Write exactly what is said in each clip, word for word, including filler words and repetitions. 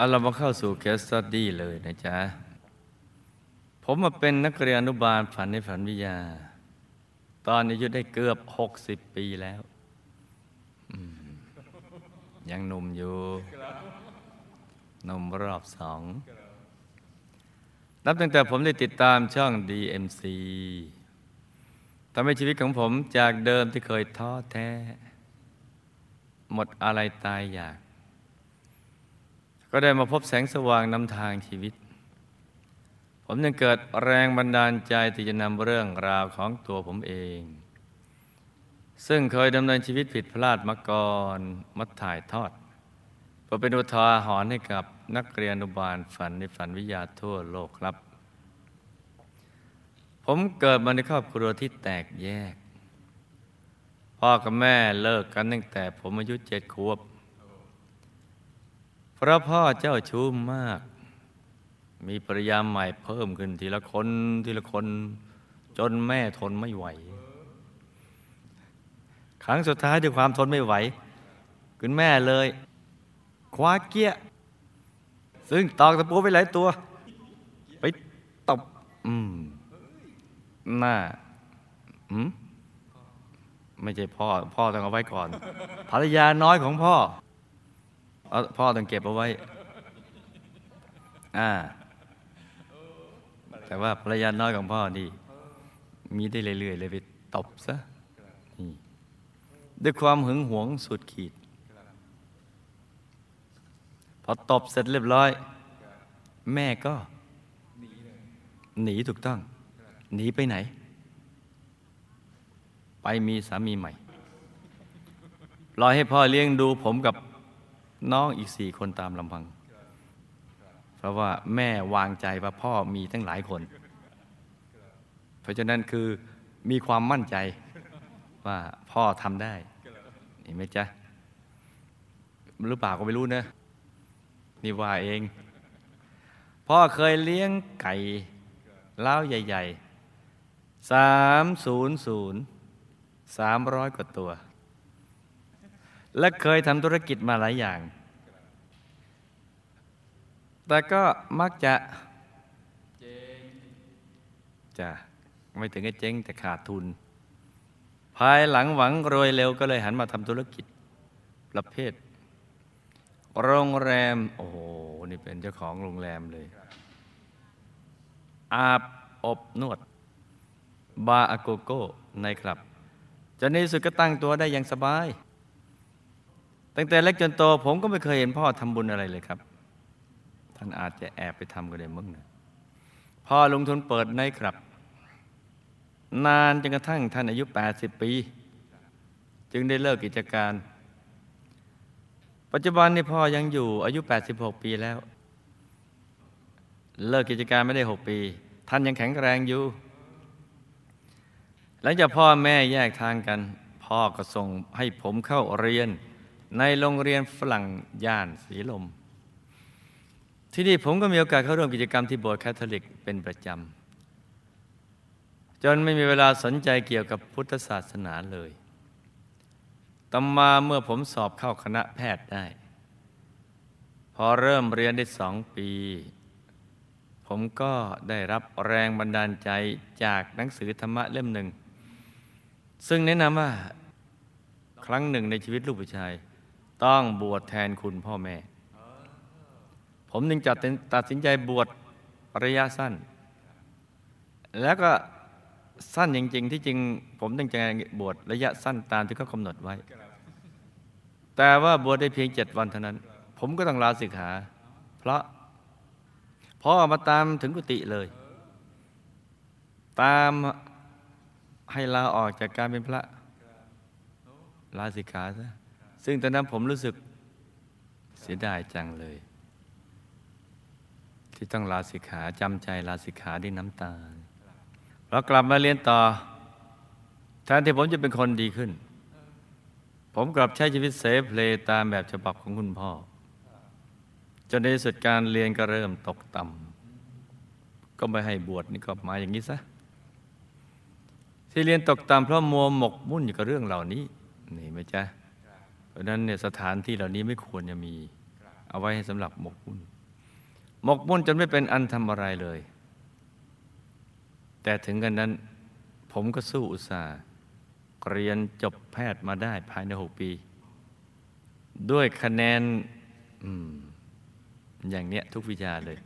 เอาเรามาเข้าสู่ Case Study เลยนะจ๊ะ ผมมาเป็นนักเรียนอนุบาลฝันในฝันวิทยา ตอนนี้อายุได้เกือบหกสิบปีแล้วอืมยังหนุ่มอยู่หนุ่มรอบสอง นับตั้งแต่ผมได้ติดตามช่อง ดี เอ็ม ซี ทำให้ชีวิตของผมจากเดิมที่เคยท้อแท้ หมดอะไรตายอยาก ก็ได้มาพบแสงสว่างนำทางชีวิต ผมยังเกิดแรงบันดาลใจที่จะนำเรื่องราวของตัวผมเอง ซึ่งเคยดำเนินชีวิตผิดพลาดมาก่อนมาถ่ายทอดเพื่อเป็นอุทาหรณ์ให้กับนักเรียนอนุบาลฝันในฝันวิทยาทั่วโลกครับ ผมเกิดมาในครอบครัวที่แตกแยก พ่อกับแม่เลิกกันตั้งแต่ผมอายุเจ็ดขวบเพราะพ่อเจ้าชู้มาก มีภรรยาใหม่เพิ่มขึ้นทีละคนทีละคนจนแม่ทนไม่ไหว ครั้งสุดท้ายด้วยความทนไม่ไหวคุณแม่เลยคว้าเกี้ยซึ่งตอกตะปูไปหลายตัวไปตบอืมหน้าอืมไม่ใช่พ่อพ่อต้องเอาไว้ก่อนภรรยาน้อยของพ่อพ่อต้องเก็บเอาไว้อ่าแต่ว่าภรรยาน้อยของพ่อนี่มีได้เรื่อยๆเลยไปตบซะนี่ด้วยความหึงหวงสุดขีดพอตบเสร็จเรียบร้อยแม่ก็หนีถูกต้องหนีไปไหนไปมีสามีใหม่ปล่อยให้พ่อเลี้ยงดูผมกับน้องอีกสี่คนตามลำพังเพราะว่าแม่วางใจว่าพ่อมีทั้งหลายคนเพราะฉะนั้นคือมีความมั่นใจว่าพ่อทำได้เห็นไหมจ๊ะหรือเปล่าก็ไม่รู้นะนี่ว่าเองพ่อเคยเลี้ยงไก่เล้าใหญ่ๆสามศูนย์ศูนย์สามร้อยกว่าตัวและเคยทำธุรกิจมาหลายอย่างแต่ก็มักจะเจ๊งจะไม่ถึงกับเจ๊งแต่ขาดทุนภายหลังหวังรวยเร็วก็เลยหันมาทำธุรกิจประเภทโรงแรมโอ้โหนี่เป็นเจ้าของโรงแรมเลยอาบอบนวดบาร์อาโกโก้ในคลับจนในที่สุดก็ตั้งตัวได้อย่างสบายตั้งแต่เล็กจนโตผมก็ไม่เคยเห็นพ่อทำบุญอะไรเลยครับท่านอาจจะแอบไปทำก็ได้มั้งนะพ่อลงทุนเปิดไนท์คลับนานจนกระทั่งท่านอายุแปดสิบปีจึงได้เลิกกิจการปัจจุบันนี่พ่อยังอยู่อายุแปดสิบหกปีแล้วเลิกกิจการไม่ได้หกปีท่านยังแข็งแรงอยู่หลังจากพ่อแม่แยกทางกันพ่อก็ส่งให้ผมเข้าเรียนในโรงเรียนฝรั่งย่านสีลมที่นี่ผมก็มีโอกาสเข้าร่วมกิจกรรมที่โบสถ์คาทอลิกเป็นประจำจนไม่มีเวลาสนใจเกี่ยวกับพุทธศาสนาเลยต่อมาเมื่อผมสอบเข้าคณะแพทย์ได้พอเริ่มเรียนได้สองปีผมก็ได้รับแรงบันดาลใจจากหนังสือธรรมะเล่มหนึ่งซึ่งแนะนำว่าครั้งหนึ่งในชีวิตลูกผู้ชายต้องบวชแทนคุณพ่อแม่ผมจึงจัดตัดสินใจบวชระยะสั้นแล้วก็สั้นจริงๆที่จริงผมตั้งใจบวชระยะสั้นตามที่เขากำหนดไว้แต่ว่าบวชได้เพียงเจ็ดวันเท่านั้นผมก็ต้องลาสิกขาเพราะพ่อมาตามถึงกุฏิเลยตามให้ลาออกจากการเป็นพระลาสิกขาซะซึ่งตอนนั้นผมรู้สึกเสียดายจังเลยที่ต้องลาสิกขาจำใจลาสิกขาด้วยน้ำตาเรากลับมาเรียนต่อแทนที่ผมจะเป็นคนดีขึ้นผมกลับใช้ชีวิตเสเพลตามแบบฉบับของคุณพ่อจนในที่สุดการเรียนก็เริ่มตกต่ำก็ไม่ให้บวชนี่ก็มาอย่างนี้ซะที่เรียนตกต่ำเพราะมัวหมกมุ่นอยู่กับเรื่องเหล่านี้นี่ไหมจ๊ะเพราะนั้นเนี่ยสถานที่เหล่านี้ไม่ควรจะมีเอาไว้ให้สำหรับหมกมุ่นหมกมุ่นจนไม่เป็นอันทำอะไรเลยแต่ถึงกันนั้นผมก็สู้อุตส่าห์เรียนจบแพทย์มาได้ภายในหกปีด้วยคะแนนอืมอย่างเนี้ยทุกวิชาเลย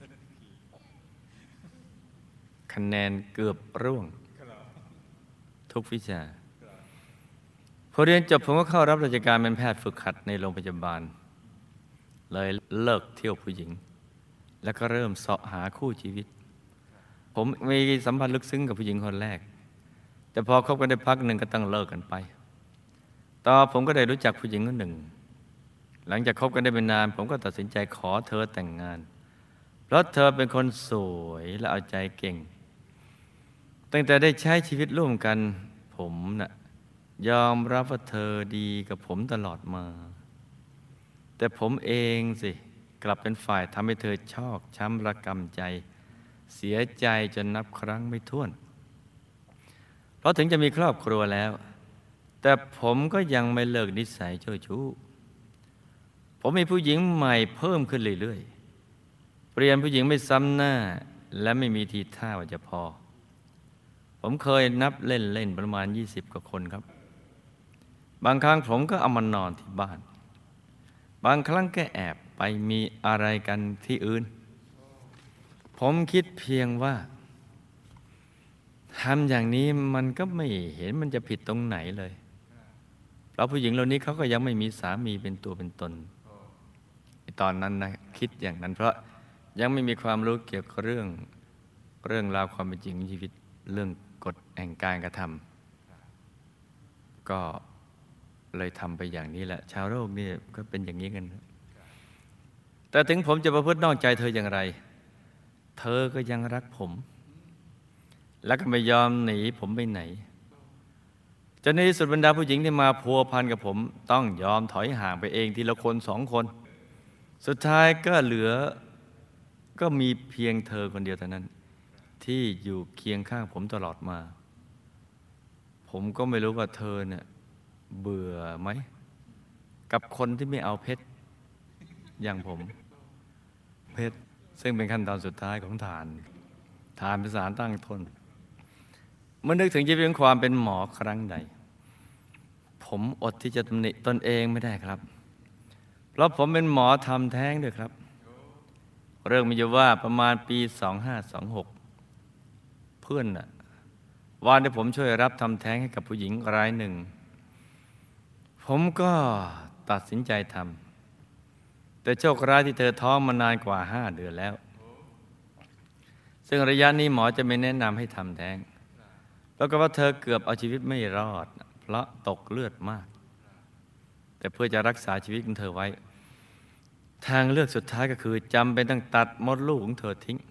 คะแนนเกือบร่วงทุกวิชาพอเรียนจบผมก็เข้ารับราชการเป็นแพทย์ฝึกหัดในโรงพยาบาลเลยเลิกเที่ยวผู้หญิงแล้วก็เริ่มเสาะหาคู่ชีวิตผมมีสัมพันธ์ลึกซึ้งกับผู้หญิงคนแรกแต่พอคบกันได้พักหนึ่งก็ต้องเลิกกันไปต่อผมก็ได้รู้จักผู้หญิงคนหนึ่งหลังจากคบกันได้เป็นนานผมก็ตัดสินใจขอเธอแต่งงานเพราะเธอเป็นคนสวยและเอาใจเก่งตั้งแต่ได้ใช้ชีวิตร่วมกันผมน่ะยอมรับว่าเธอดีกับผมตลอดมาแต่ผมเองสิกลับเป็นฝ่ายทำให้เธอชอกช้ำระกำใจเสียใจจนนับครั้งไม่ถ้วนเพราะถึงจะมีครอบครัวแล้วแต่ผมก็ยังไม่เลิกนิสัยเจ้าชู้ผมมีผู้หญิงใหม่เพิ่มขึ้นเรื่อยๆเปลี่ยนผู้หญิงไม่ซ้ำหน้าและไม่มีทีท่าว่าจะพอผมเคยนับเล่นๆประมาณยี่สิบกว่าคนครับบางครั้งผมก็เอามานอนที่บ้านบางครั้งก็แอบไปมีอะไรกันที่อื่นผมคิดเพียงว่าทำอย่างนี้มันก็ไม่เห็นมันจะผิดตรงไหนเลยเพราะผู้หญิงเหล่านี้เขาก็ยังไม่มีสามีเป็นตัวเป็นตนตอนนั้นนะคิดอย่างนั้นเพราะยังไม่มีความรู้เกี่ยวกับเรื่องเรื่องราวความเป็นจริงของชีวิตเรื่องกฎแห่งการกระทำก็เลยทำไปอย่างนี้แหละชาวโลกนี่ก็เป็นอย่างนี้กันแต่ถึงผมจะประพฤตินอกใจเธออย่างไรเธอก็ยังรักผมแล้วก็ไม่ยอมหนีผมไปไหนจนในที่สุดบรรดาผู้หญิงที่มาพัวพันกับผมต้องยอมถอยห่างไปเองทีละคนสองคนสุดท้ายก็เหลือก็มีเพียงเธอคนเดียวเท่านั้นที่อยู่เคียงข้างผมตลอดมาผมก็ไม่รู้ว่าเธอเนี่ยเบื่อไหมกับคนที่ไม่เอาเพชรอย่างผมเพชรซึ่งเป็นขั้นตอนสุดท้ายของทานทานเป็นสารตั้งต้นเมื่อนึกถึงชีวิตของความเป็นหมอครั้งใดผมอดที่จะตำหนิตนเองไม่ได้ครับเพราะผมเป็นหมอทำแท้งด้วยครับเรื่องมีอยู่ว่าประมาณปีสองห้าสองหกเพื่อนน่ะวันที่ผมช่วยรับทำแท้งให้กับผู้หญิงรายหนึ่งผมก็ตัดสินใจทำแต่โชคร้ายที่เธอท้องมานานกว่าห้าเดือนแล้วซึ่งระยะนี้หมอจะไม่แนะนำให้ทำแท้งแล้วก็ว่าเธอเกือบเอาชีวิตไม่รอดเพราะตกเลือดมากแต่เพื่อจะรักษาชีวิตของเธอไว้ทางเลือกสุดท้ายก็คือจำเป็นต้องตัดมดลูกของเธอทิ้ง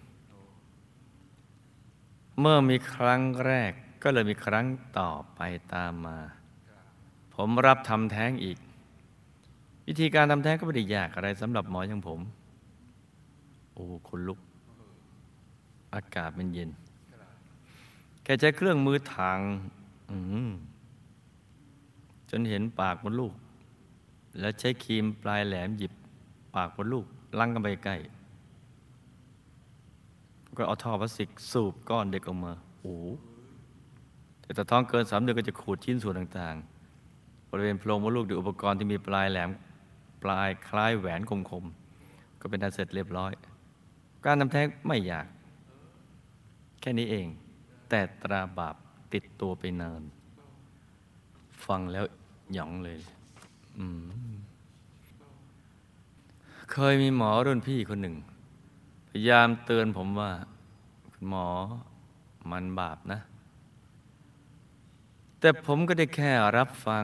เมื่อมีครั้งแรกก็เลยมีครั้งต่อไปตามมาผมรับทำแท้งอีกวิธีการทำแท้งก็ไม่ได้ยากอะไรสำหรับหมออย่างผมโอ้คนลุกอากาศมันเย็นแค่ใช้เครื่องมือทางจนเห็นปากมดลูกแล้วใช้ครีมปลายแหลมหยิบปากมดลูกลังกันไปใกล้ก็เอาท่อพลาสติกสูบก้อนเด็กออกมาโอ้แต่ถ้าท้องเกินสามเดือนก็จะขูดชิ้นส่วนต่างๆบริเวณโพรงมดลูกด้วยอุปกรณ์ที่มีปลายแหลมปลายคล้ายแหวนคมๆก็เป็นอันเสร็จเรียบร้อยการทำแท้งไม่ยากแค่นี้เองแต่ตราบาปติดตัวไปนานฟังแล้วหยองเลยอืมเคยมีหมอรุ่นพี่คนหนึ่งพยายามเตือนผมว่าคุณหมอมันบาปนะแต่ผมก็ได้แค่รับฟัง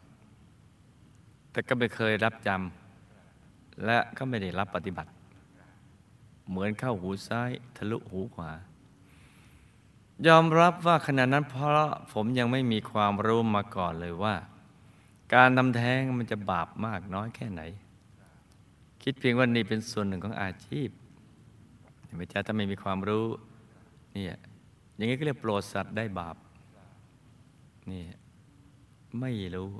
แต่ก็ไม่เคยรับจำและก็ไม่ได้รับปฏิบัติเหมือนเข้าหูซ้ายทะลุหูขวายอมรับว่าขณะนั้นเพราะผมยังไม่มีความรู้มาก่อนเลยว่าการทำแท้งมันจะบาปมากน้อยแค่ไหนคิดเพียงว่านี่เป็นส่วนหนึ่งของอาชีพไม่ใช่ถ้าไม่มีความรู้นี่อย่างนี้ก็เรียกโปรดสัตว์ได้บาปนี่ไม่รู้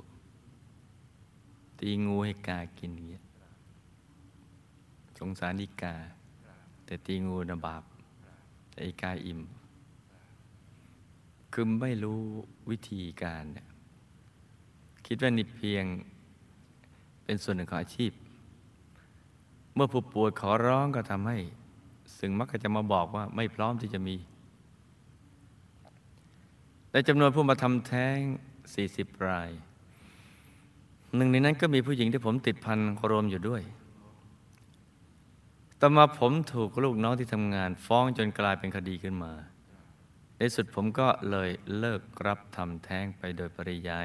ตีงูให้กากินเงี้ยสงสารดีกาแต่ตีงูนะบาปแต่อีกาอิ่มคือไม่รู้วิธีการเนี่ยคิดว่านี่เพียงเป็นส่วนหนึ่งของอาชีพเมื่อผู้ป่วยขอร้องก็ทำให้ซึ่งมักจะมาบอกว่าไม่พร้อมที่จะมีในจำนวนผู้มาทำแท้งสี่สิบรายหนึ่งในนั้นก็มีผู้หญิงที่ผมติดพันรวมอยู่ด้วยต่อมาผมถูกลูกน้องที่ทำงานฟ้องจนกลายเป็นคดีขึ้นมาในสุดผมก็เลยเลิกรับทำแท้งไปโดยปริยาย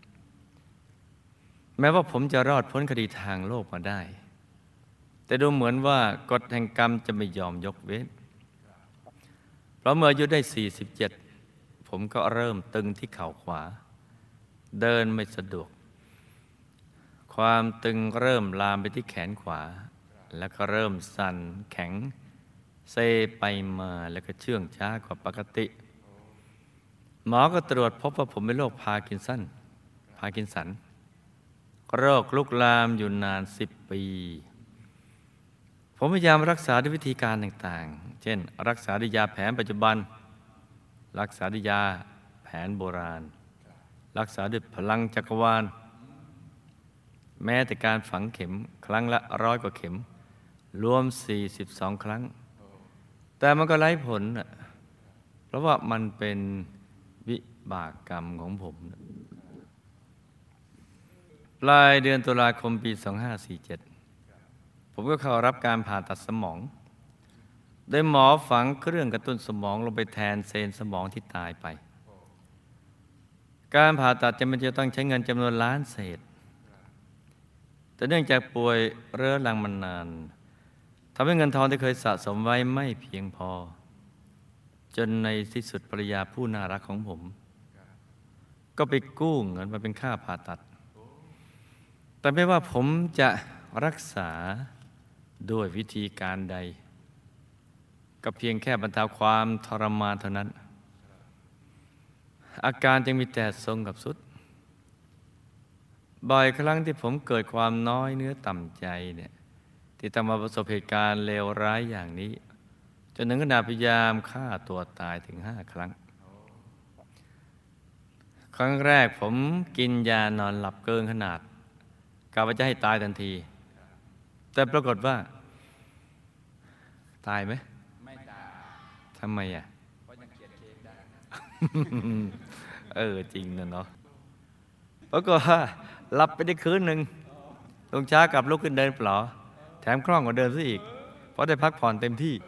แม้ว่าผมจะรอดพ้นคดีทางโลกมาได้แต่ดูเหมือนว่ากฎแห่งกรรมจะไม่ยอมยกเว้นเพราะเมื่ออายุได้สี่สิบเจ็ดผมก็เริ่มตึงที่เข่าขวาเดินไม่สะดวกความตึงเริ่มลามไปที่แขนขวาแล้วก็เริ่มสั่นแข็งเซไปมาแล้วก็เชื่องช้ากว่าปกติหมอก็ตรวจพบว่าผมเป็นโรคพาร์กินสันพาร์กินสันโรคลุกลามอยู่นานสิบปีผมพยายามรักษาด้วยวิธีการต่างๆเช่นรักษาด้วยยาแผนปัจจุบันรักษาด้วยยาแผนโบราณรักษาด้วยพลังจักรวาลแม้แต่การฝังเข็มครั้งละร้อยกว่าเข็มรวมสี่สิบสองครั้งแต่มันก็ไร้ผลเพราะว่ามันเป็นวิบากกรรมของผมปลายเดือนตุลาคมปีสองพันห้าร้อยสี่สิบเจ็ดผมก็เข้ารับการผ่าตัดสมองโดยหมอฝังเครื่องกระตุ้นสมองลงไปแทนเซลล์สมองที่ตายไปการผ่าตัดจะมันจะต้องใช้เงินจำนวนล้านเศษแต่เนื่องจากป่วยเรื้อรังมานานทำให้เงินทองที่เคยสะสมไว้ไม่เพียงพอจนในที่สุดภรรยาผู้น่ารักของผมก็ไปกู้เงินมาเป็นค่าผ่าตัดแต่ไม่ว่าผมจะรักษาด้วยวิธีการใดก็เพียงแค่บรรเทาความทรมานเท่านั้นอาการจึงมีแต่ทรงกับสุดบ่อยครั้งที่ผมเกิดความน้อยเนื้อต่ำใจเนี่ยที่ต้องมาประสบเหตุการณ์เลวร้ายอย่างนี้จนถึงขนาดพยายามฆ่าตัวตายถึงห้าครั้งครั้งแรกผมกินยานอนหลับเกินขนาดกะว่าจะให้ตายทันทีแต่ปรากฏว่าตายไหมไม่ตายทำไมอ่ะเพราะยังเขียนเค้กได้ เออจริงนะเนาะปรากฏว่าหลับไปได้คืนหนึ่งลงช้ากลับลุกขึ้นเดินเปล่าแถมคล่องกว่าเดิมซะอีกเพราะได้พักผ่อนเต็มที่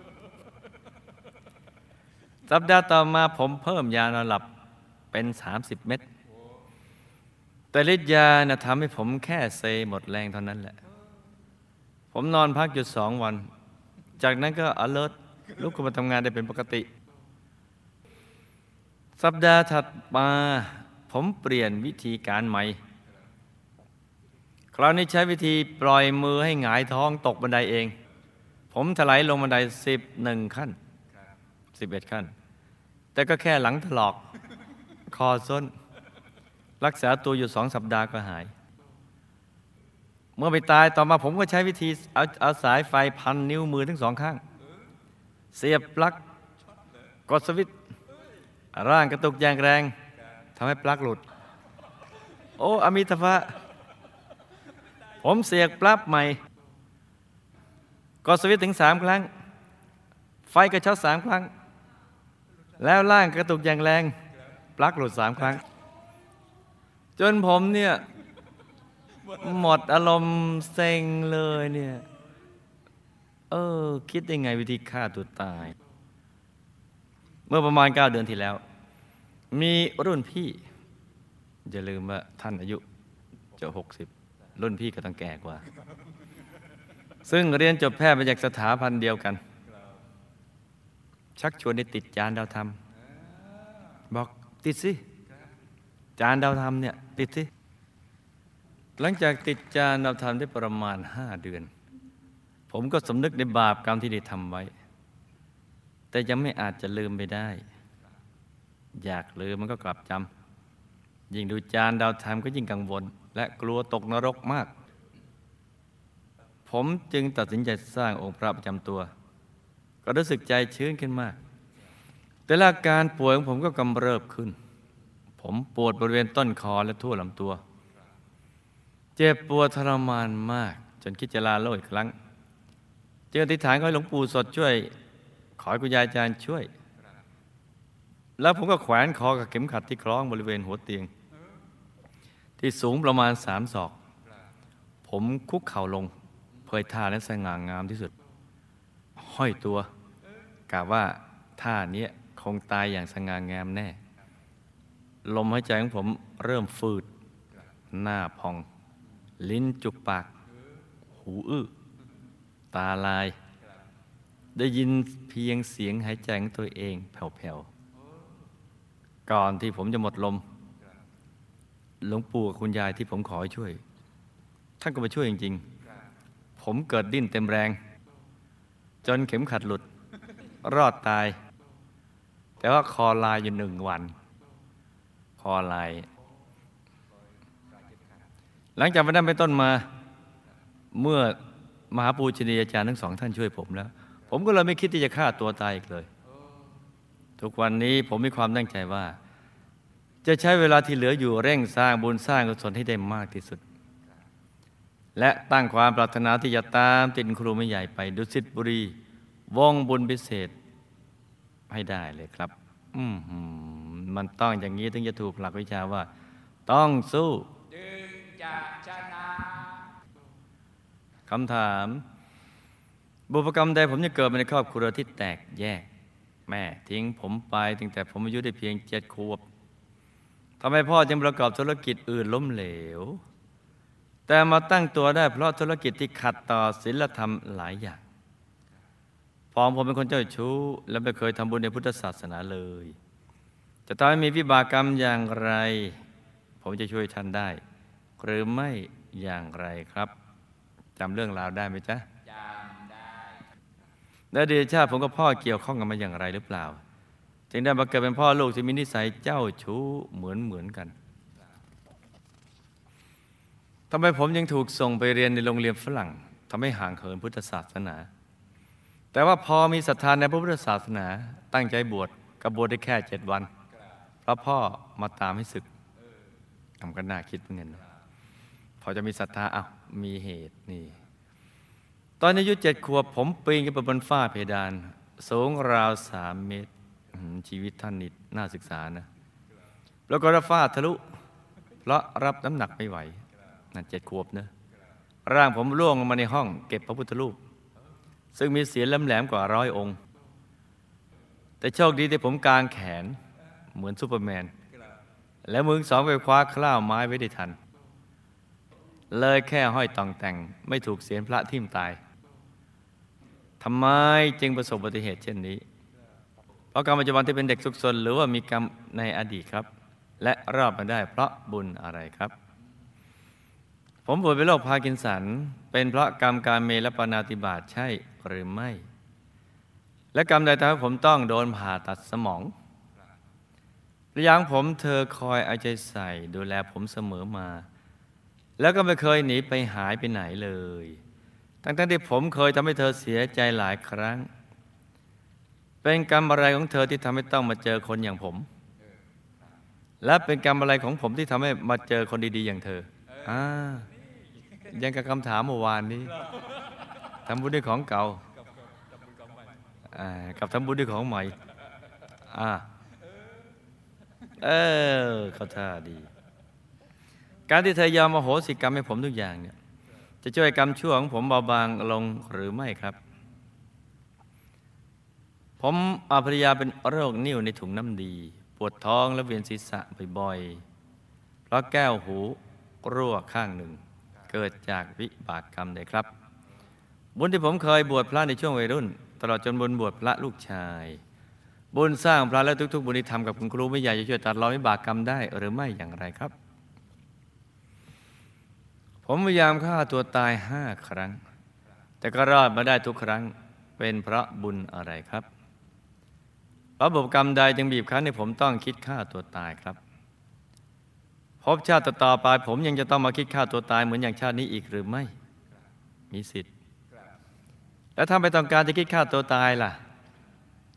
สัปดาห์ต่อมาผมเพิ่มยานอนหลับเป็นสามสิบเม็ดแต่ฤทธิ์ยานะทำให้ผมแค่เซหมดแรงเท่านั้นแหละผมนอนพักอยู่สองวันจากนั้นก็ alert ลุกขึ้นมาทำงานได้เป็นปกติสัปดาห์ถัดมาผมเปลี่ยนวิธีการใหม่คราวนี้ใช้วิธีปล่อยมือให้หงายท้องตกบันไดเองผมถลายลงบันไดสิบหนึ่งขั้นสิบเอ็ดขั้นแต่ก็แค่หลังถลอกคอส้นรักษาตัวอยู่สองสัปดาห์ก็หายเมื่อไปตายต่อมาผมก็ใช้วิธีเอาเอาสายไฟพันนิ้วมือทั้งสองข้างเสียบปลั๊กกดสวิตช์ร่างกระตุกอย่างแรงทำให้ปลั๊กหลุดโอ้อมิตภะผมเสียบปลั๊กใหม่กดสวิตช์ถึงสามครั้งไฟก็ช็อตสามครั้งแล้วร่างกระตุกอย่างแรงปลั๊กหลุดสามครั้งจนผมเนี่ยหมดอารมณ์เซ็งเลยเนี่ยเออคิดได้ไงวิธีฆ่าตัวตายเมื่อประมาณเก้าเดือนที่แล้วมีรุ่นพี่อย่าลืมว่าท่านอายุจะหกสิบรุ่นพี่ก็ต้องแก่กว่าซึ่งเรียนจบแพทย์มาจากสถาบันเดียวกันชักชวนให้ติดจานดาวธรรมบอกติดสิจานดาวธรรมเนี่ยติดสิหลังจากติดจานดาวธรรมได้ประมาณห้าเดือนผมก็สำนึกในบาปกรรมที่ได้ทำไว้แต่ยังไม่อาจจะลืมไปได้อยากลืมมันก็กลับจำยิ่งดูจานดาวธรรมก็ยิ่งกังวลและกลัวตกนรกมากผมจึงตัดสินใจสร้างองค์พระประจำตัวก็รู้สึกใจชื้นขึ้นมากแต่ละอาการป่วยของผมก็กำเริบขึ้นผมปวดบริเวณต้นคอและทั่วลำตัวเจ็บปวดทรมานมากจนคิดจะลาโลกอีกครั้งจึงอธิษฐานขอให้หลวงปู่สดช่วยขอให้คุณยายอาจารย์ช่วยแล้วผมก็แขวนคอกับเข็มขัดที่คล้องบริเวณหัวเตียงที่สูงประมาณสามศอกผมคุกเข่าลงเผยท่าและสง่างามที่สุดห้อยตัวกล่าวว่าท่านี้คงตายอย่างสง่างามแน่ลมหายใจของผมเริ่มฝืดหน้าพองลิ้นจุกปากหูอื้อตาลายได้ยินเพียงเสียงหายใจของตัวเองแผ่วๆก่อนที่ผมจะหมดลมหลวงปู่กับคุณยายที่ผมขอให้ช่วยท่านก็มาช่วยจริงๆผมเกิดดิ้นเต็มแรงจนเข็มขัดหลุดรอดตายแต่ว่าคอลายอยู่หนึ่งวันคอลายหลังจากวันนั้นเป็นต้นมาเมื่อมหาปูชนียาจารย์ทั้งสองท่านช่วยผมแล้วผมก็เลยไม่คิดที่จะฆ่าตัวตายอีกเลยทุกวันนี้ผมมีความตั้งใจว่าจะใช้เวลาที่เหลืออยู่เร่งสร้างบุญสร้างกุศลให้ได้มากที่สุดและตั้งความปรารถนาที่จะตามติดครูไม่ใหญ่ไปดุสิตบุรีวงบุญพิเศษให้ได้เลยครับอืมมันต้องอย่างนี้ถึงจะถูกหลักวิชาว่าต้องสู้จึงจะชนะคำถามบุพกรรมใดผมจะเกิดมาในครอบครัวที่แตกแยกแม่ทิ้งผมไปตั้งแต่ผมอายุได้เพียงเจ็ดขวบทำไมพ่อจึงประกอบธุรกิจอื่นล้มเหลวแต่มาตั้งตัวได้เพราะธุรกิจที่ขัดต่อศีลธรรมหลายอย่างพอผมเป็นคนเจ้าชู้และไม่เคยทำบุญในพุทธศาสนาเลยจะทำให้มีวิบากกรรมอย่างไรผมจะช่วยท่านได้หรือไม่อย่างไรครับจำเรื่องราวได้ไหมจ๊ะจำได้และอดีตชาติผมกับพ่อเกี่ยวข้องกันมาอย่างไรหรือเปล่าจึงได้มาเกิดเป็นพ่อลูกที่มีนิสัยเจ้าชู้เหมือนเหมือนกันทำไมผมยังถูกส่งไปเรียนในโรงเรียนฝรั่งทำให้ห่างเหินพุทธศาสนาแต่ว่าพอมีศรัทธาในพระพุทธศาสนาตั้งใจบวชกับบวชได้แค่เจ็ดวันเพราะพ่อมาตามให้ศึกทำกันน่าคิดเหมือนกันพอจะมีศรัทธาอ้าวมีเหตุนี่ตอนอายุเจ็ดขวบผมปีนขึ้นไปบนฝ้าเพดานสูงราวสามเมตรชีวิตท่านนี่น่าศึกษานะแล้วก็ระฝ้าทะลุเพราะรับน้ำหนักไม่ไหวนั่นเจ็ดขวบนะร่างผมร่วงลงมาในห้องเก็บพระพุทธรูปซึ่งมีเสียงแหลมๆกว่าร้อยองค์แต่โชคดีที่ผมกางแขนเหมือนซูเปอร์แมนและมือสองไปคว้าคล้าวไม้ไว้ได้ทันเลยแค่ห้อยต่องแต่งไม่ถูกเสียนพระทิ่มตายทำไมจึงประสบอุบัติเหตุเช่นนี้เพราะกรรมปัจจุบันที่เป็นเด็กซุกซนหรือว่ามีกรรมในอดีตครับและรอดมาได้เพราะบุญอะไรครับผมป่วยเป็นโรคพาร์กินสันเป็นเพราะกรรมการเมและปาณาติบาตใช่หรือไม่และกรรมใดทำให้ผมต้องโดนผ่าตัดสมองภรรยาของผมเธอคอยเอาใจใส่ดูแลผมเสมอมาแล้วก็ไม่เคยหนีไปหายไปไหนเลยทั้งๆที่ผมเคยทำให้เธอเสียใจหลายครั้งเป็นกรรมอะไรของเธอที่ทำให้ต้องมาเจอคนอย่างผมและเป็นกรรมอะไรของผมที่ทำให้มาเจอคนดีๆอย่างเธออ่ายังกับคำถามเมื่อวานนี้ทำบุญด้วยของเก่ากับทำบุญด้วยของใหม่อ่าเออเขาท่าดีการที่เธอยอมอโหสิกรรมให้ผมทุกอย่างเนี่ยจะช่วยกรรมชั่วของผมเบาบางลงหรือไม่ครับผมอาภรรยาเป็นโรคนิ่วในถุงน้ำดีปวดท้องและเวียนศีรษะบ่อยๆเพราะแก้วหูรั่วข้างหนึ่งเกิดจากวิบากกรรมใดครับบุญที่ผมเคยบวชพระในช่วงวัยรุ่นตลอดจนบุญบวชพระลูกชายบุญสร้างพระและทุกๆบุญที่ทำกับคุณครูไม่ใหญ่จะช่วยตัดรอนวิบากกรรมได้หรือไม่อย่างไรครับผมพยายามฆ่าตัวตายห้าครั้งแต่ก็รอดมาได้ทุกครั้งเป็นเพราะบุญอะไรครับเพราะบุญกรรมใดจึงบีบคั้นให้ผมต้องคิดฆ่าตัวตายครับพบชาติต่อไปผมยังจะต้องมาคิดฆ่าตัวตายเหมือนอย่างชาตินี้อีกหรือไม่มีสิทธิ์แล้วถ้าไม่ต้องการจะคิดฆ่าตัวตายล่ะ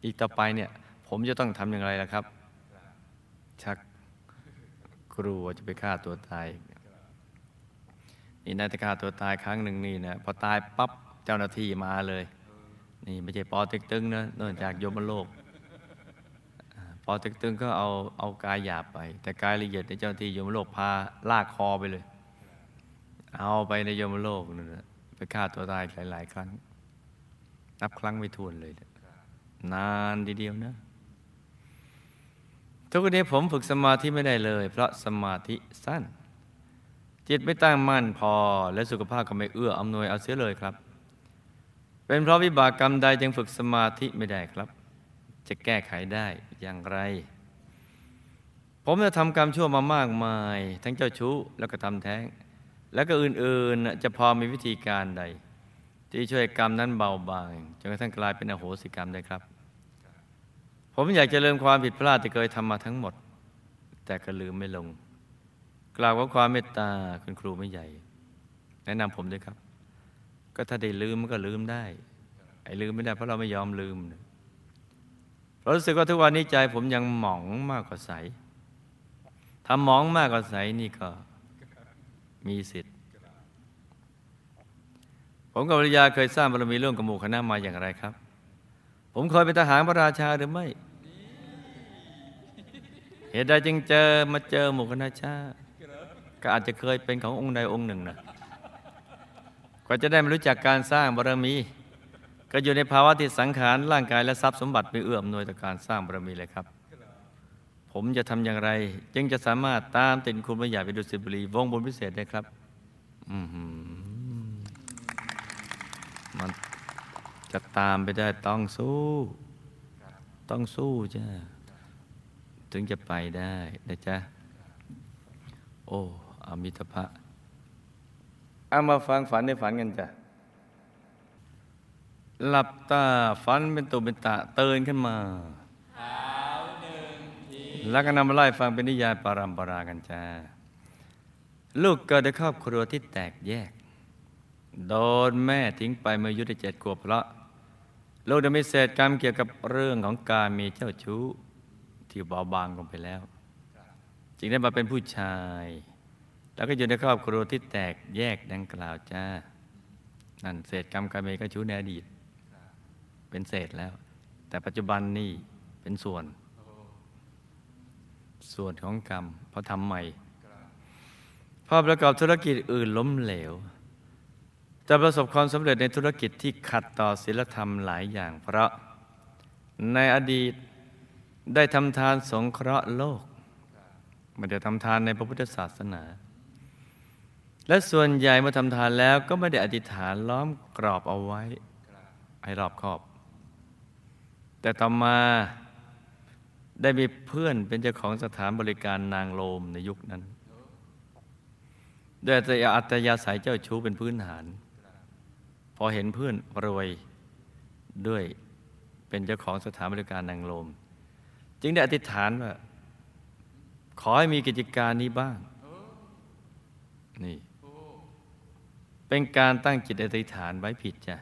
อีกต่อไปเนี่ยผมจะต้องทำอย่างไรล่ะครับชักกลัวจะไปฆ่าตัวตายนี่นายจะฆ่าตัวตายครั้งหนึ่งนี่นะพอตายปั๊บเจ้าหน้าที่มาเลยนี่ไม่ใช่ปอเต็กตึงนะเนื่องจากยมโลกปอเต็กตึงก็เอาเอากายหยาบไปแต่กายละเอียดในเจ้าหน้าที่ยมโลกพาลากคอไปเลยเอาไปในยมโลกนั่นนะไปฆ่าตัวตายหลายๆครั้งนับครั้งไม่ถ้วนเลยนานทีเดียวนะทุกวันนี้ผมฝึกสมาธิไม่ได้เลยเพราะสมาธิสั้นจิตไม่ตั้งมั่นพอและสุขภาพก็ไม่เอื้ออำนวยเอาเสียเลยครับเป็นเพราะวิบากกรรมใดจึงฝึกสมาธิไม่ได้ครับจะแก้ไขได้อย่างไรผมจะทำกรรมชั่วมามากมายทั้งเจ้าชู้แล้วก็ทำแท้งแล้วก็อื่นๆจะพอมีวิธีการใดที่ช่วยกรรมนั้นเบาบางจนกระทั่งกลายเป็นอโหสิกรรมได้ครับผมอยากจะลืมความผิดพลาดที่เคยทำมาทั้งหมดแต่ก็ลืมไม่ลงกล่าวว่าความเมตตาคุณครูไม่ใหญ่แนะนำผมด้วยครับก็ถ้าได้ลืมมันก็ลืมได้ไอ้ลืมไม่ได้เพราะเราไม่ยอมลืมเพราะรู้สึกว่าทุกวันนี้ใจผมยังหมองมากกว่าใสทำหมองมากกว่าใสนี่ก็มีสิทธิ์ผมกับภรรยาเคยสร้างบารมีร่วมกับหมู่คณะมาอย่างไรครับผมเคยเป็นทหารพระราชาหรือไม่เหตุใดจึงเจอมาเจอหมู่คณะชาก็อาจจะเคยเป็นขององค์ใดองค์หนึ่งนะกว่าจะได้มารู้จักการสร้างบารมีก็อยู่ในภาวะที่สังขารร่างกายและทรัพย์สมบัติไม่เอื้ออำนวยต่อการสร้างบารมีเลยครับผมจะทำอย่างไรจึงจะสามารถตามติดคุณพระยาวิดุสิตบุรีวงบุญพิเศษได้ครับอืมมันจะตามไปได้ต้องสู้ต้องสู้จ้ะถึงจะไปได้นะจ๊ะโอ้อมิตภะเอามาฟังฝันในฝันกันจ้ะหลับตาฝันเป็นตุเป็นตะตื่นขึ้นมาแล้วก็นำมาไล่ฟังเป็นนิยายปารัมปรากันจ้าลูกเกิดในครอบครัวที่แตกแยกโดนแม่ทิ้งไปเมื่ออายุได้เจ็ดขวบเพราะลูกได้มีเศษกรรมเกี่ยวกับเรื่องของการมีเจ้าชู้ที่เบาบางลงไปแล้วจึงได้มาเป็นผู้ชายแล้วก็อยู่ในครอบครัวที่แตกแยกดังกล่าวจ้านั่นเศษกรรมการมีเจ้าชู้ในอดีตเป็นเศษแล้วแต่ปัจจุบันนี่เป็นส่วนส่วนของกรรมพอทำใหม่พอประกอบธุรกิจอื่นล้มเหลวจะประสบความสำเร็จในธุรกิจที่ขัดต่อศีลธรรมหลายอย่างเพราะในอดีตได้ทำทานสงเคราะห์โลกไม่ได้ทำทานในพระพุทธศาสนาและส่วนใหญ่เมื่อทำทานแล้วก็ไม่ได้อธิษฐานล้อมกรอบเอาไว้ให้รอบคอบแต่ต่อมาได้มีเพื่อนเป็นเจ้าของสถานบริการนางโลมในยุคนั้นด้วยอัตยาศัยเจ้าชู้เป็นพื้นฐานพอเห็นเพื่อนรวยด้วยเป็นเจ้าของสถานบริการนางโลมจึงได้อธิษฐานว่าขอให้มีกิจการนี้บ้างนี่เป็นการตั้งจิตอธิษฐานไว้ผิดจ้ะ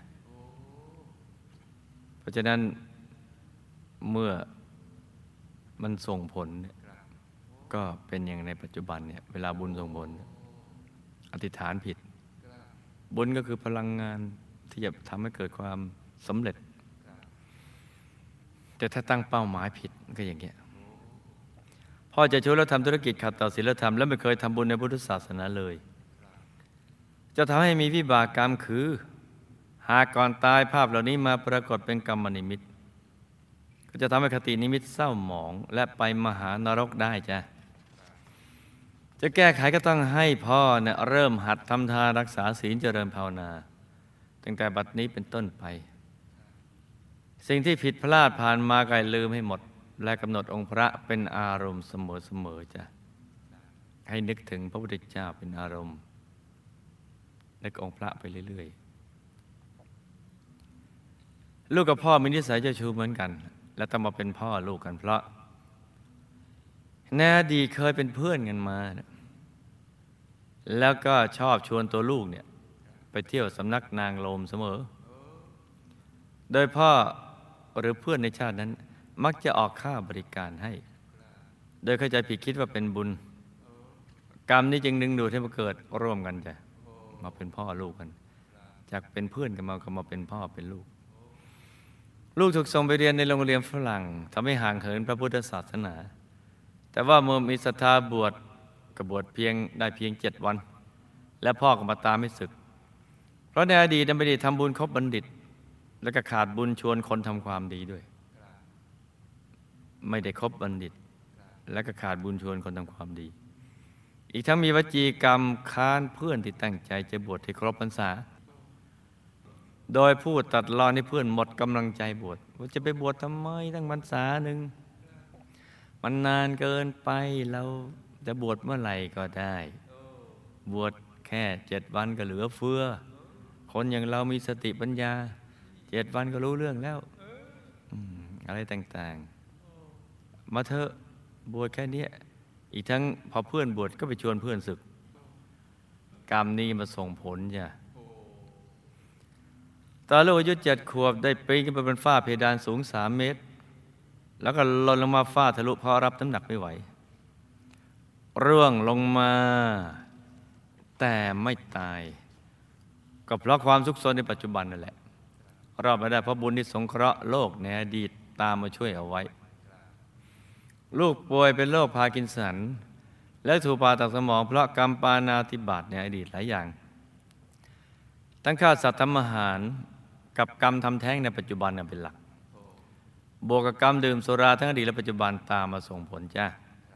เพราะฉะนั้นเมื่อมันส่งผลก็เป็นอย่างในปัจจุบันเนี่ยเวลาบุญส่งผลอธิษฐานผิดบุญก็คือพลังงานที่จะทำให้เกิดความสำเร็จแต่ถ้าตั้งเป้าหมายผิดก็อย่างเงี้ยพ่อจะช่วยเราทำธุรกิจขัดต่อศีลธรรมและไม่เคยทำบุญในพุทธศาสนาเลยจะทำให้มีวิบากกรรมคือหากก่อนตายภาพเหล่านี้มาปรากฏเป็นกรรมนิมิตก็จะทำให้คตินิมิตเศร้าหมองและไปมหานรกได้จ้ะจะแก้ไขก็ต้องให้พ่อเนี่ยเริ่มหัดทำทานรักษาศีลเจริญภาวนาตั้งแต่บัดนี้เป็นต้นไปสิ่งที่ผิดพลาดผ่านมาก็ให้ลืมให้หมดและกำหนดองค์พระเป็นอารมณ์เสมอๆจ้ะให้นึกถึงพระพุทธเจ้าเป็นอารมณ์นึกองค์พระไปเรื่อยๆลูกกับพ่อมีนิสัยเจ้าชู้เหมือนกันและต้องมาเป็นพ่อลูกกันเพราะในอดีตเคยเป็นเพื่อนกันมาแล้วก็ชอบชวนตัวลูกเนี่ยไปเที่ยวสำนักนางโลมเสมอโดยพ่อหรือเพื่อนในชาตินั้นมักจะออกค่าบริการให้โดยเข้าใจผิดคิดว่าเป็นบุญกรรมนี้จึงดึงดูดให้มาเกิดร่วมกันจ้ะมาเป็นพ่อลูกกันจากเป็นเพื่อนกันมาก็มาเป็นพ่อเป็นลูกลูกถูกส่งไปเรียนในโรงเรียนฝรั่งทำให้ห่างเหินพระพุทธศาสนาแต่ว่าเมื่อมีศรัทธาบวชก็บวชเพียงได้เพียงเจ็ดวันและพ่อก็มาตามให้ศึกเพราะในอดีตไม่ได้ทำบุญครบบัณฑิตและก็ขาดบุญชวนคนทำความดีด้วยไม่ได้ครบบัณฑิตและก็ขาดบุญชวนคนทำความดีอีกทั้งมีวจีกรรมค้านเพื่อนที่ตั้งใจจะบวชให้ครบพรรษาโดยพูดตัดรอนให้เพื่อนหมดกำลังใจบวชว่าจะไปบวชทำไมตั้งพรรษาหนึ่งมันนานเกินไปเราจะบวชเมื่อไหร่ก็ได้บวชแค่เจ็ดวันก็เหลือเฟือคนอย่างเรามีสติปัญญาเจ็ดวันก็รู้เรื่องแล้วอะไรต่างๆมาเถอะบวชแค่นี้อีกทั้งพอเพื่อนบวชก็ไปชวนเพื่อนศึกกรรมนี้มาส่งผลจ้ะตอนลูกอายุเจ็ดขวบได้ปีนขึ้นไปบนฝ้าเพดานสูงสามเมตรแล้วก็หล่นลงมาฝ้าทะลุเพราะรับน้ำหนักไม่ไหวร่วงลงมาแต่ไม่ตายก็เพราะความทุกข์ทนในปัจจุบันนั่นแหละรอดมาได้เพราะบุญที่สงเคราะห์โลกในอดีตตามมาช่วยเอาไว้ลูกป่วยเป็นโรคพาร์กินสันและถูกผ่าตัดสมองเพราะกรรมปาณาติบาตในอดีตหลายอย่างทั้งฆ่าสัตว์ทำอาหารกับกรรมทำแท้งในปัจจุบันเป็นหลักบวกกับกรรมดื่มสุราทั้งอดีตและปัจจุบันตามมาส่งผลจ้า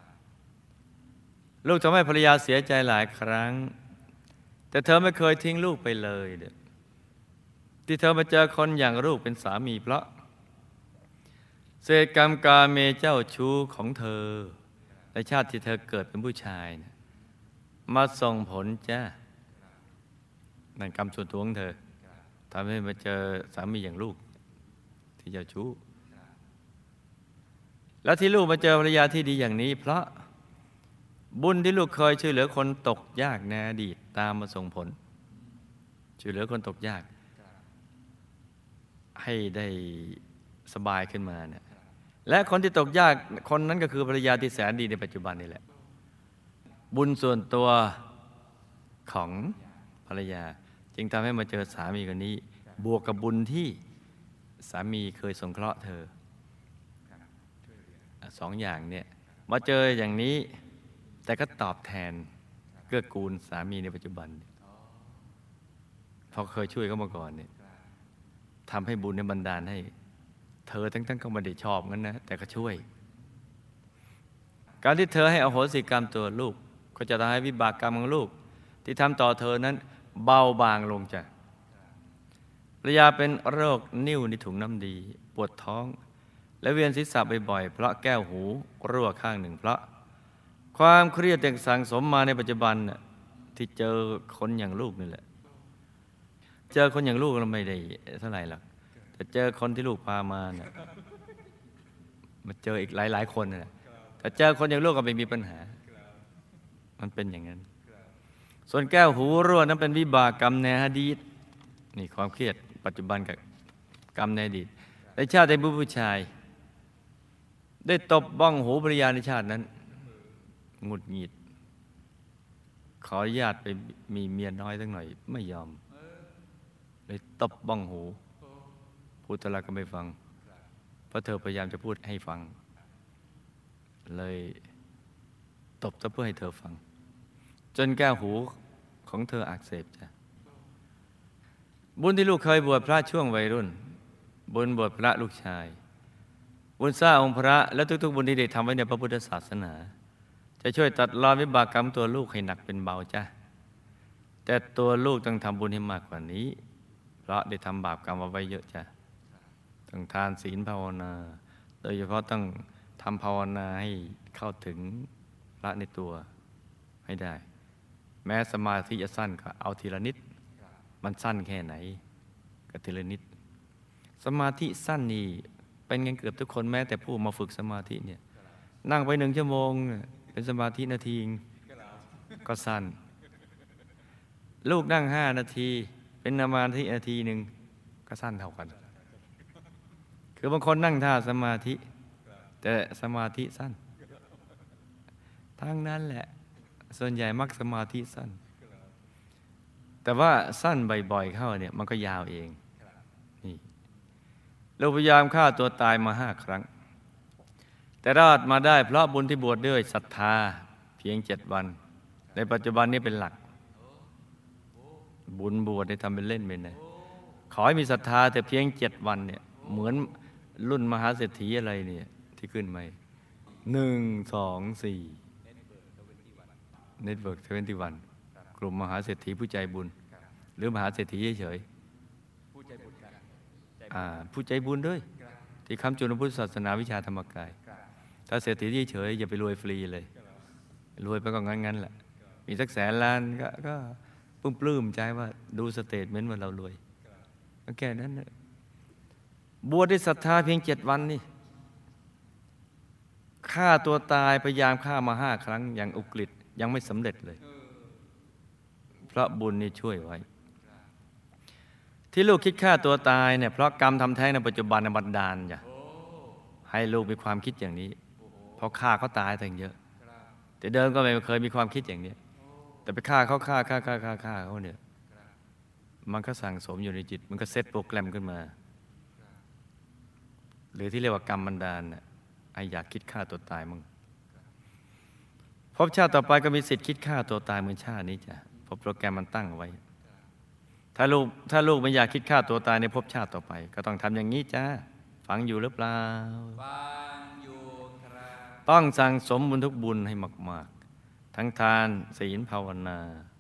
ลูกทำให้ภรรยาเสียใจหลายครั้งแต่เธอไม่เคยทิ้งลูกไปเลยเด้อที่เธอมาเจอคนอย่างลูกเป็นสามีเพราะเศษกรรมกาเมเจ้าชู้ของเธอในชาติที่เธอเกิดเป็นผู้ชายนะมาส่งผลจ้านั่นกรรมส่วนตัวของเธอทำให้มาเจอสามีอย่างลูกที่เจ้าชู้แล้วที่ลูกมาเจอภรรยาที่ดีอย่างนี้เพราะบุญที่ลูกเคยช่วยเหลือคนตกยากในอดีตตามมาส่งผลช่วยเหลือคนตกยากให้ได้สบายขึ้นมาเนี่ยและคนที่ตกยากคนนั้นก็คือภรรยาที่แสนดีในปัจจุบันนี่แหละบุญส่วนตัวของภรรยาจึงทำให้มาเจอสามีคนนี้บวกกับบุญที่สามีเคยสงเคราะห์เธอสองอย่างเนี่ยมาเจออย่างนี้แต่ก็ตอบแทนเกื้อกูลสามีในปัจจุบันเพราะเคยช่วยเขามาก่อนเนี่ยทำให้บุญในบันดาลให้เธอทั้งๆก็ไม่ได้ชอบงั้นนะแต่ก็ช่วยการที่เธอให้อโหสิกรรมตัวลูกก็จะทำให้วิบากกรรมของลูกที่ทำต่อเธอนั้นเบาบางลงจ้ะภรรยาเป็นโรคนิ่วในถุงน้ำดีปวดท้องและเวียนศีรษะบ่อยๆเพราะแก้วหูรั่วข้างหนึ่งเพราะความเครียดแต่สั่งสมมาในปัจจุบันน่ะที่เจอคนอย่างลูกนี่แหละเจอคนอย่างลูกเราไม่ได้เท่าไหร่หรอกแต่เจอคนที่ลูกพามาเนี่ยมาเจออีกหลายๆคนน่ะแต่เจอคนอย่างลูกก็ไม่มีปัญหามันเป็นอย่างนั้นส่วนแก้วหูรั่วนั้นเป็นวิบากกรรมในอดีตนี่ความเครียดปัจจุบันกับกรรมในอดีตในชาติเป็นผู้ชายได้ตบบ้องหูภรรยาในชาตินั้นหงุดหงิดขออนุญาตไปมีเมียน้อยสักหน่อยไม่ยอมเลยตบบ้องหูพูดตลาดก็ไม่ฟังเพราะเธอพยายามจะพูดให้ฟังเลยตบซะเพื่อให้เธอฟังจนแก้วหูของเธออักเสบจ้ะบุญที่ลูกเคยบวชพระช่วงวัยรุ่นบุญบวชพระลูกชายบุญสร้างองค์พระและทุกๆบุญที่ได้ทำไว้ในพระพุทธศาสนาจะช่วยตัดรอนวิบากกรรมตัวลูกให้หนักเป็นเบาจ้ะแต่ตัวลูกต้องทำบุญให้มากกว่านี้เพราะได้ทำบาปกรรมเอาไว้เยอะจ้ะต้องทานศีลภาวนาโดยเฉพาะต้องทำภาวนาให้เข้าถึงพระในตัวให้ได้แม้สมาธิจะสั้นก็เอาทีละนิดมันสั้นแค่ไหนก็ทีละนิดสมาธิสั้นนี่เป็นกันเกือบทุกคนแม้แต่ผู้มาฝึกสมาธิเนี่ยนั่งไปหนึ่งชั่วโมงเป็นสมาธินาทีก็สั้นลูกนั่งห้านาทีเป็นสมาธินาทีหนึ่งก็สั้นเท่ากันคคือบางคนนั่งท่าสมาธิแต่สมาธิสั้นทั้งนั้นแหละส่วนใหญ่มักสมาธิสั้นแต่ว่าสั้นบ่อยๆเข้าเนี่ยมันก็ยาวเองนี่เราพยายามฆ่าตัวตายมาห้าครั้งแต่รอดมาได้เพราะบุญที่บวชด้วยศรัทธาเพียงเจ็ดวันในปัจจุบันนี้เป็นหลักบุญบวชได้ทำเป็นเล่นไปนะขอให้มีศรัทธาแต่เพียงเจ็ดวันเนี่ยเหมือนรุ่นมหาเศรษฐีอะไรเนี่ยที่ขึ้นมาหนึ่งสองสี่เน็ตเวิร์กทเวนตี้วันกลุ่มมหาเศรษฐีผู้ใจบุญหรือมหาเศรษฐีเฉยๆผู้ใจบุญอ่าผู้ใจบุญด้วยที่คำจุลพุทธศาสนาวิชาธรรมกายถ้าเศรษฐีเฉยๆอย่าไปรวยฟรีเลยรวยไปก็งั้นๆแหละมีสักแสนล้านก็ก็ปลื้มปลื้มใจว่าดูสเตทเมนต์ว่าเรารวยก็แค่นั้นนะบวชด้วยศรัทธาเพียงเจ็ดวันนี่ฆ่าตัวตายพยายามฆ่ามาห้าครั้งอย่างอุกฤษยังไม่สำเร็จเลยเพราะบุญนี่ช่วยไว้ที่ลูกคิดฆ่าตัวตายเนี่ยเพราะกรรมทำแท้งในปัจจุบันบันดาลจ้ะให้ลูกมีความคิดอย่างนี้เพราะฆ่าเขาตายตั้งเยอะแต่เดิมก็ไม่เคยมีความคิดอย่างนี้แต่ไปฆ่าเขาฆ่าฆ่าฆ่าฆ่าฆ่าเขาเนี่ยมันก็สั่งสมอยู่ในจิตมันก็เซตโปรแกรมขึ้นมาหรือที่เรียกว่ากรรมบันดาลน่ะไออยากคิดฆ่าตัวตายมึงพบชาติต่อไปก็มีสิทธิ์คิดฆ่าตัวตายเหมือนชาตินี้จ้ะเพราะโปรแกรมมันตั้งไว้ถ้าลูกถ้าลูกไม่อยากคิดฆ่าตัวตายในภพชาติต่อไปก็ต้องทำอย่างนี้จ้าฟังอยู่หรือเปล่าฟังอยู่ครับต้องสั่งสมบุญทุกบุญให้มากๆทั้งทานศีลภาวนา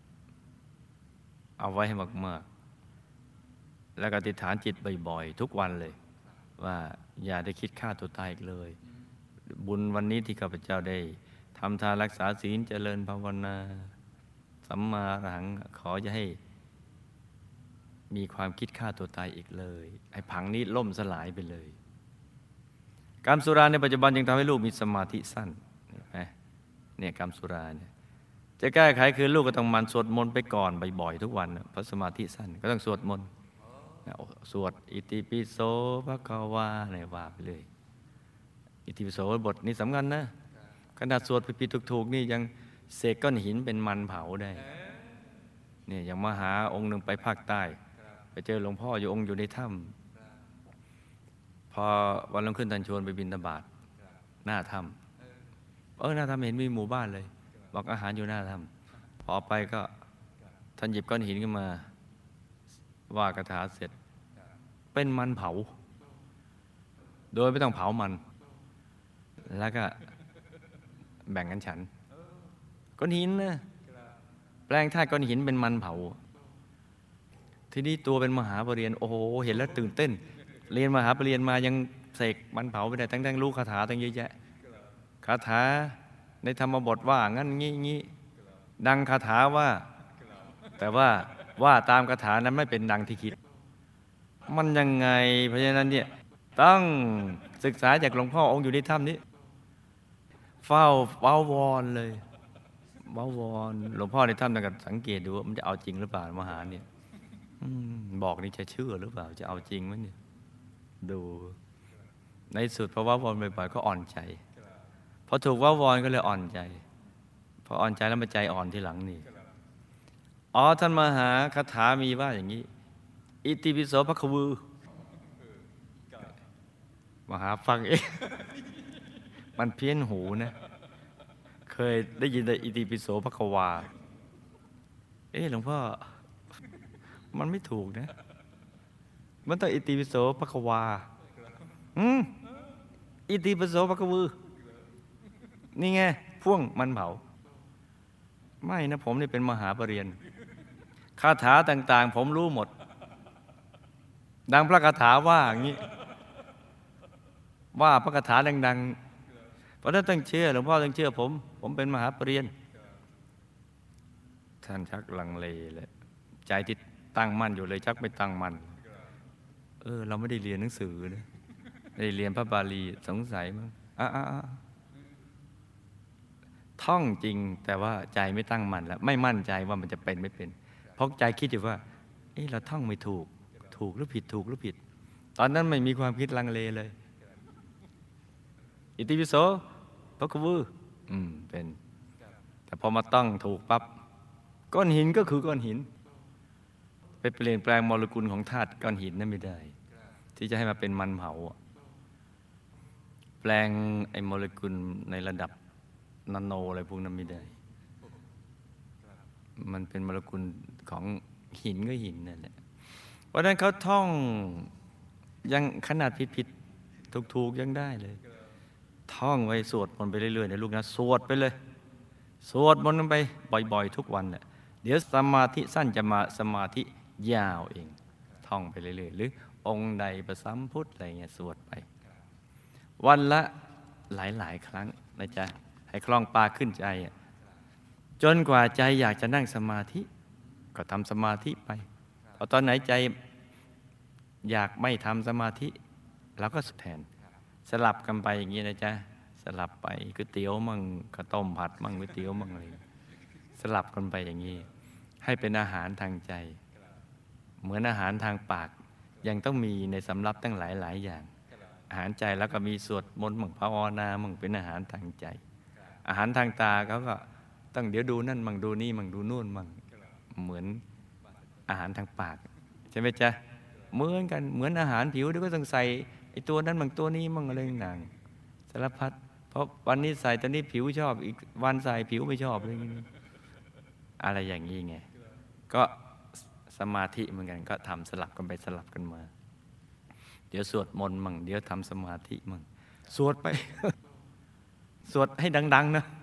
เอาไว้ให้มากๆแล้วก็อธิษฐานจิตบ่อยๆทุกวันเลยว่าอย่าได้คิดฆ่าตัวตายอีกเลยบุญวันนี้ที่ข้าพเจ้าได้ทำทานรักษาศีลเจริญภาวนาสัมมาอรหังขอจะให้มีความคิดฆ่าตัวตายอีกเลยไอ้ผังนี้ล่มสลายไปเลยการสุราในปัจจุบันยังทำให้ลูกมีสมาธิสั้นเนี่ยการสุราเนี่ยจะแก้ไขคือลูกก็ต้องมันสวดมนต์ไปก่อนบ่อยๆทุกวันเพราะสมาธิสั้นก็ต้องสวดมนต์สวดอิติปิโสภะคะวาเนี่ยว่าไปเลยอิติปิโสบทนี้สำคัญนะขนาดสวดผิดๆถูกๆนี่ยังเสกก้อนหินเป็นมันเผาได้เนี่ยอย่างมหาองค์หนึ่งไปภาคใต้ไปเจอหลวงพ่ออยู่องค์อยู่ในถ้ำพอวันรุ่งขึ้นท่านชวนไปบิณฑบาตหน้าถ้ำเออหน้าถ้ำเห็นมีหมู่บ้านเลยบอกอาหารอยู่หน้าถ้ำพอไปก็ท่านหยิบก้อนหินขึ้นมาว่าคาถาเสร็จเป็นมันเผาโดยไม่ต้องเผามันแล้วก็แบ่งกันฉันก้อนหินนะแปลงธาตุก้อนหินเป็นมันเผาทีนี้ตัวเป็นมหาปรริญญาโอ้โหเห็นแล้วตื่นเต้นเรียนมหาปรริญญามายังเสกมันเผาไปได้ตั้งแต่รู้คาถาตั้งเยอะแยะคาถาในธรรมบทว่างั้นงี้งี้ดังคาถาว่าแต่ว่าว่าตามคาถานั้นไม่เป็นดังที่คิดมันยังไงเพราะฉะนั้นเนี่ยต้องศึกษาจากหลวงพ่อองค์อยู่ในถ้ำนี้เฝ้าเฝ้าวอนเลยเฝ้าวอนหลวงพ่อในถ้ำนั่นก็สังเกตดูว่ามันจะเอาจริงหรือเปล่ามหาเนี่ยบอกนี่จะเชื่อหรือเปล่าจะเอาจริงไหมเนี่ยดูในสุดพอว่าวอนบ่อยๆก็อ่อนใจพอถูกว่าวอนก็เลยอ่อนใจพออ่อนใจแล้วมาใจอ่อนทีหลังนี่อ๋อท่านมหาคาถามีว่าอย่างนี้อิติปิโสภะคะวือมหาฟังเองมันเพี้ยนหูนะเคยได้ยินแต่อิติปิโสภะคะวาเอ๊ะหลวงพ่อมันไม่ถูกนะมันต้องอิติปิโสภะคะวาอืมอิติปิโสภะคะวือนี่ไงพ่วงมันเผาไม่นะผมนี่เป็นมหาปรริญญาคาถาต่างๆผมรู้หมดดังพระคาถาว่าอย่างนี้ว่าพระคาถาดังๆเพราะนั้นต้องเชื่อหลวงพ่อต้องเชื่อผมผมเป็นมหาปรริญญาท่านชักลังเลเลยใจที่ตั้งมั่นอยู่เลยชักไม่ตั้งมั่นเออเราไม่ได้เรียนหนังสือนะได้เรียนพระบาลีสงสัยมั้งอ่ะท่องจริงแต่ว่าใจไม่ตั้งมั่นแล้วไม่มั่นใจว่ามันจะเป็นไม่เป็นเพราะใจคิดอยู่ว่าเอ๊ะเราท่องไม่ถูกถูกหรือผิดถูกหรือผิดตอนนั้นไม่มีความคิดลังเลเลยอิติปิโสพระคุวืออืมเป็นแต่พอมาต้องถูกปั๊บก้อนหินก็คือก้อนหินไปเปลี่ยนแปลงโมเลกุลของธาตุก้อนหินนั้นไม่ได้ที่จะให้มาเป็นมันเผาแปลงไอ้โมเลกุลในระดับนาโนอะไรพวกนั้นไม่ได้มันเป็นโมเลกุลของหินก็หินนั่นแหละเพราะฉะนั้นเขาท่องยังขนาดผิดๆถูกๆยังได้เลยท่องไว้สวดมนต์ไปเรื่อยๆในลูกนะสวดไปเลยสวดมนต์ไปบ่อยๆทุกวันแหละเดี๋ยวสมาธิสั้นจะมาสมาธิยาวเองท่องไปเรื่อยๆหรือองค์ใดประสัมพุทธอะไรเงี้ยสวดไปวันละหลายๆครั้งนะจ๊ะให้คล่องปากขึ้นใจจนกว่าใจอยากจะนั่งสมาธิก็ทำสมาธิไปพอตอนไหนใจอยากไม่ทำสมาธิเราก็แทนสลับกันไปอย่างนี้นะจ๊ะสลับไปก๋วยเตี๋ยวมั่งข้าวต้มผัดมั่งก๋วยเตี๋ยวมั่งอะไรสลับกันไปอย่างนี้ให้เป็นอาหารทางใจเหมือนอาหารทางปากยังต้องมีในสำรับตั้งหลายหลายอย่างอาหารใจแล้วก็มีสวดมนต์มั่งภาวนามั่งเป็นอาหารทางใจอาหารทางตาเขาก็ต้องเดี๋ยวดูนั่นมั่งดูนี่มั่งดูนู่นมั่งเหมือนอาหารทางปากใช่ไหมจ๊ะเหมือนกันเหมือนอาหารผิวเดี๋ยวก็ต้องใส่ไอ้ตัวนั้นมั่งตัวนี้มั่งอะไรต่างๆสารพัดเพราะวันนี้ใส่ตอนนี้ผิวชอบอีกวันใส่ผิวไม่ชอบอะไรอย่างนี้อะไรอย่างนี้ไงก็สมาธิเหมือนกันก็ทำสลับกันไปสลับกันมาเดี๋ยวสวดมนต์มั่งเดี๋ยวทำสมาธิมั่งสวดไป สวดให้ดังๆนะ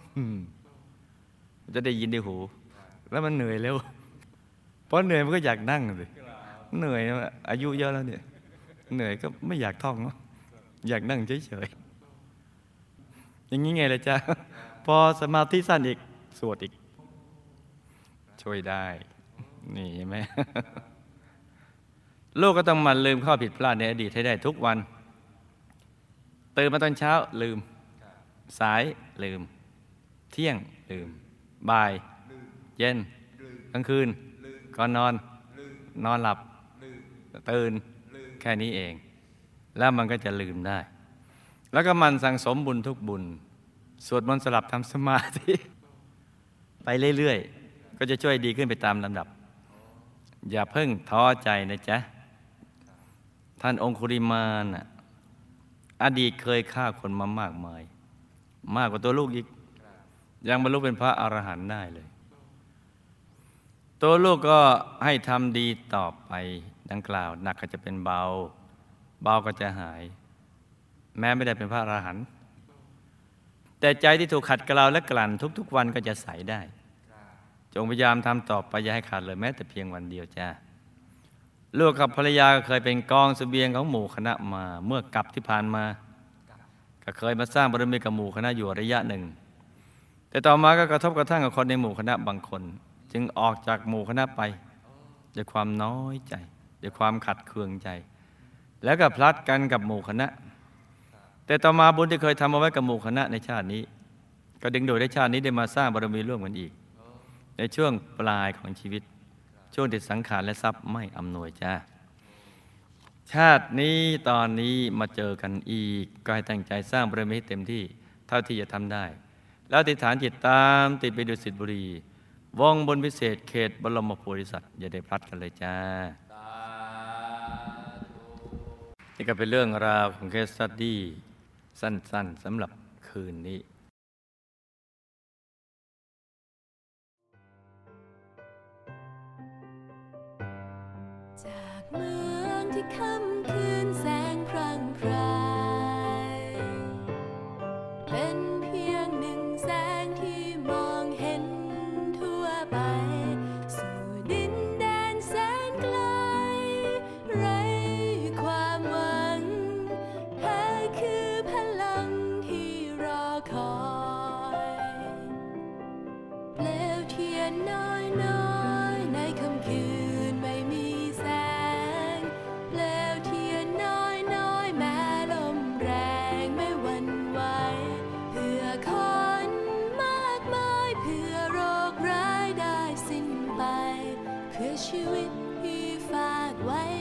จะได้ยินในหูแล้วมันเหนื่อยเร็วเพราะเหนื่อยมันก็อยากนั่งเลยเหนื่อยอายุเยอะแล้วเนี่ยเหนื่อยก็ไม่อยากท่องเนาะอยากนั่งเฉยๆอย่างนี้ไงล่ะจ๊ะพอสมาธิสั้นอีกสวดอีกช่วยได้นี่เห็นไหม ลูกก็ต้องมันลืมข้อผิดพลาดในอดีตให้ได้ทุกวันตื่นมาตอนเช้าลืมสายลืมเที่ยงลืมบ่ายเย็นกลางคืนก่อนนอนนอนหลับตื่นแค่นี้เองแล้วมันก็จะลืมได้แล้วก็มันสั่งสมบุญทุกบุญสวดมนต์สลับทำสมาธิไปเรื่อยๆก็จะช่วยดีขึ้นไปตามลำดับอย่าเพิ่งท้อใจนะจ๊ะท่านองคุลิมานน่ะอดีตเคยฆ่าคนมามากมายมากกว่าตัวลูกอีกยังบรรลุเป็นพระอรหันต์ได้เลยตัวลูกก็ให้ทำดีต่อไปดังกล่าวหนักก็จะเป็นเบาเบาก็จะหายแม้ไม่ได้เป็นพระอรหันต์แต่ใจที่ถูกขัดเกลาและกลั่นทุกๆวันก็จะใสได้จงพยายามทำต่อไปอย่าให้ขาดเลยแม้แต่เพียงวันเดียวจ้าลูกกับภรรยาก็เคยเป็นกองเสบียงของหมู่คณะมาเมื่อกลับที่ผ่านมาก็เคยมาสร้างบารมีกับหมู่คณะอยู่ระยะหนึ่งแต่ต่อมาก็กระทบกระทั่งกับคนในหมู่คณะบางคนจึงออกจากหมู่คณะไปด้วยความน้อยใจด้วยความขัดเคืองใจแล้วก็พลัดกันกับหมู่คณะแต่ต่อมาบุญที่เคยทำเอาไว้กับหมู่คณะในชาตินี้ก็ดึงดูดให้ชาตินี้ได้มาสร้างบารมีร่วมกันอีกในช่วงปลายของชีวิตช่วงที่สังขารและทรัพย์ไม่อำนวยจ้าชาตินี้ตอนนี้มาเจอกันอีกก็ให้ตั้งใจสร้างบารมีให้เต็มที่เท่าที่จะทำได้แล้วอธิษฐานจิตตามติดไปดุสิตบุรีวงบนพิเศษเขตบรมโพธิสัตว์อย่าได้พลัดกันเลยจ้านี่ก็เป็นเรื่องราวของเคสสตัดดี้สั้นๆสำหรับคืนนี้จากเมืองที่ค่ำคืนแสงพรั่งพรายเป็นเพียงหนึ่งแสงที่มองเห็นทั่วไปสู่ดินแดนแสนไกลไร้ความหวังเธอคือพลังที่รอคอยเปลวเทียนน้อยๆในค่ำคืนไม่มีแสงเปลวเทียนน้อยๆแม้ลมแรงไม่หวั่นไหวเพื่อคนมากมายเพื่อโรคร้ายได้สิ้นไปเพื่อชีวิตที่ฝากไว้